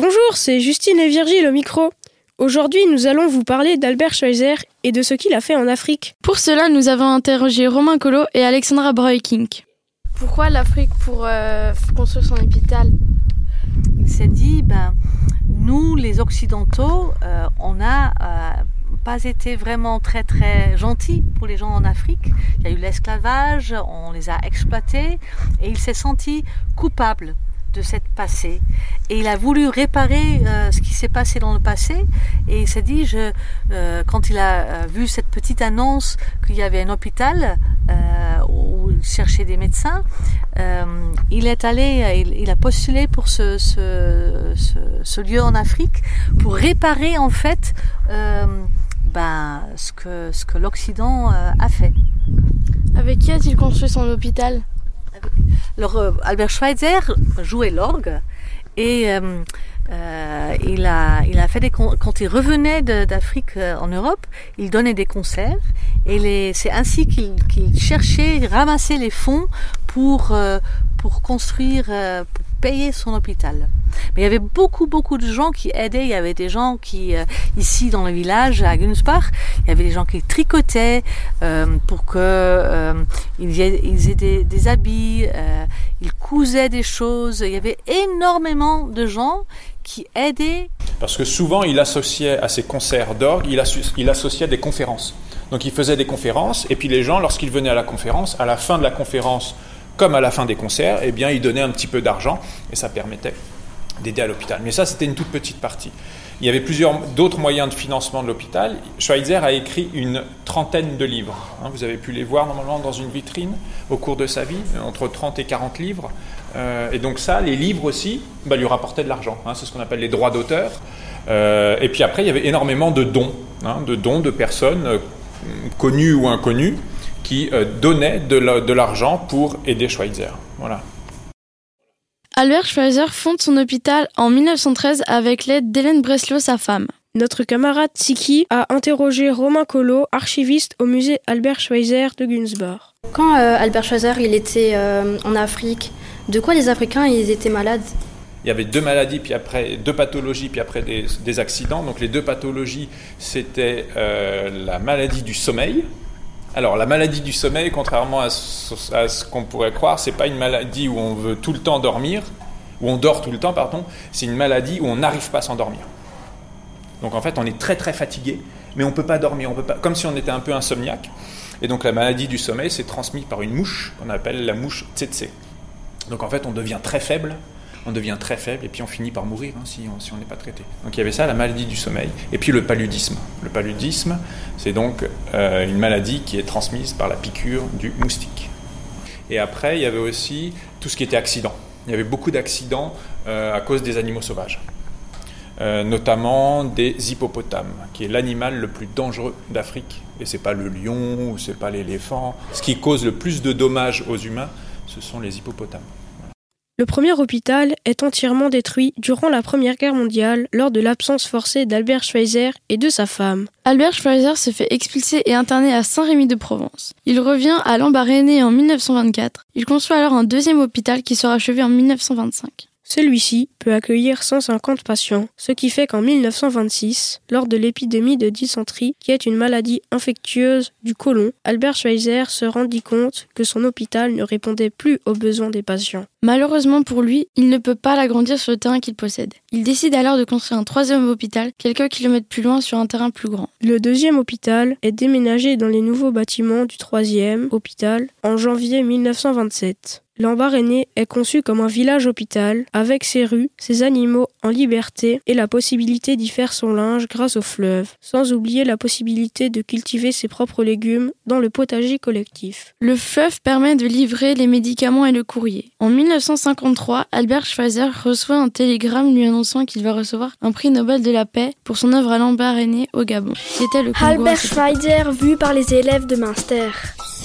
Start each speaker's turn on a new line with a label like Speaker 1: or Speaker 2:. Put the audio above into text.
Speaker 1: Bonjour, c'est Justine et Virgile au micro. Aujourd'hui, nous allons vous parler d'Albert Schweitzer et de ce qu'il a fait en Afrique.
Speaker 2: Pour cela, nous avons interrogé Romain Collot et Alexandra Breukink. Pourquoi l'Afrique pour construire son hôpital ?
Speaker 3: Il s'est dit, nous les Occidentaux, on n'a pas été vraiment très très gentils pour les gens en Afrique. Il y a eu l'esclavage, on les a exploités et il s'est senti coupable de cette passé. Et il a voulu réparer ce qui s'est passé dans le passé et il s'est dit, quand il a vu cette petite annonce qu'il y avait un hôpital où il cherchait des médecins, il est allé, il a postulé pour ce lieu en Afrique pour réparer en fait ce que l'Occident a fait.
Speaker 2: Avec qui a-t-il construit son hôpital ?
Speaker 3: Alors, Albert Schweitzer jouait l'orgue et il a fait quand il revenait d'Afrique en Europe, il donnait des concerts et c'est ainsi qu'il cherchait, ramasser les fonds pour construire, pour payer son hôpital. Mais il y avait beaucoup de gens qui aidaient. Il y avait des gens qui, ici dans le village, à Gunsbach, il y avait des gens qui tricotaient pour que ils aient des habits, ils cousaient des choses. Il y avait énormément de gens qui aidaient.
Speaker 4: Parce que souvent, il associait à ses concerts d'orgue, il associait des conférences. Donc il faisait des conférences, et puis les gens, lorsqu'ils venaient à la conférence, à la fin de la conférence, comme à la fin des concerts, eh bien, ils donnaient un petit peu d'argent, et ça permettait d'aider à l'hôpital. Mais ça, c'était une toute petite partie. Il y avait d'autres moyens de financement de l'hôpital. Schweitzer a écrit une trentaine de livres. Vous avez pu les voir normalement dans une vitrine au cours de sa vie, entre 30 et 40 livres. Et donc ça, les livres aussi, lui rapportaient de l'argent. C'est ce qu'on appelle les droits d'auteur. Et puis après, il y avait énormément de dons de personnes connues ou inconnues qui donnaient de l'argent pour aider Schweitzer. Voilà.
Speaker 2: Albert Schweitzer fonde son hôpital en 1913 avec l'aide d'Hélène Breslau, sa femme.
Speaker 1: Notre camarade Tsiki a interrogé Romain Collot, archiviste au musée Albert Schweitzer de Gunsbach.
Speaker 5: Quand Albert Schweitzer il était en Afrique, de quoi les Africains ils étaient malades ?
Speaker 4: Il y avait deux maladies, puis après deux pathologies, puis après des accidents. Donc les deux pathologies, c'était la maladie du sommeil. Alors la maladie du sommeil, contrairement à ce qu'on pourrait croire, c'est pas une maladie où on veut tout le temps dormir, où on dort tout le temps, pardon. C'est une maladie où on n'arrive pas à s'endormir. Donc en fait, on est très très fatigué, mais on peut pas dormir, comme si on était un peu insomniaque. Et donc la maladie du sommeil, c'est transmise par une mouche qu'on appelle la mouche tsetse. Donc en fait, on devient très faible, et puis on finit par mourir si on n'est pas traité. Donc il y avait ça, la maladie du sommeil, et puis le paludisme. Le paludisme, c'est donc une maladie qui est transmise par la piqûre du moustique. Et après, il y avait aussi tout ce qui était accident. Il y avait beaucoup d'accidents à cause des animaux sauvages, notamment des hippopotames, qui est l'animal le plus dangereux d'Afrique. Et c'est pas le lion ou c'est pas l'éléphant. Ce qui cause le plus de dommages aux humains, ce sont les hippopotames.
Speaker 1: Le premier hôpital est entièrement détruit durant la Première Guerre mondiale lors de l'absence forcée d'Albert Schweitzer et de sa femme.
Speaker 2: Albert Schweitzer se fait expulser et interner à Saint-Rémy-de-Provence. Il revient à Lambaréné en 1924. Il conçoit alors un deuxième hôpital qui sera achevé en 1925.
Speaker 1: Celui-ci peut accueillir 150 patients, ce qui fait qu'en 1926, lors de l'épidémie de dysenterie, qui est une maladie infectieuse du côlon, Albert Schweitzer se rendit compte que son hôpital ne répondait plus aux besoins des patients.
Speaker 2: Malheureusement pour lui, il ne peut pas l'agrandir sur le terrain qu'il possède. Il décide alors de construire un troisième hôpital, quelques kilomètres plus loin sur un terrain plus grand.
Speaker 1: Le deuxième hôpital est déménagé dans les nouveaux bâtiments du troisième hôpital en janvier 1927. Lambaréné est conçu comme un village-hôpital, avec ses rues, ses animaux en liberté et la possibilité d'y faire son linge grâce au fleuve, sans oublier la possibilité de cultiver ses propres légumes dans le potager collectif.
Speaker 2: Le fleuve permet de livrer les médicaments et le courrier. En 1953, Albert Schweitzer reçoit un télégramme lui annonçant qu'il va recevoir un prix Nobel de la paix pour son œuvre à Lambaréné au Gabon, qui était le Congo.
Speaker 6: Albert Schweitzer vu par les élèves de Münster.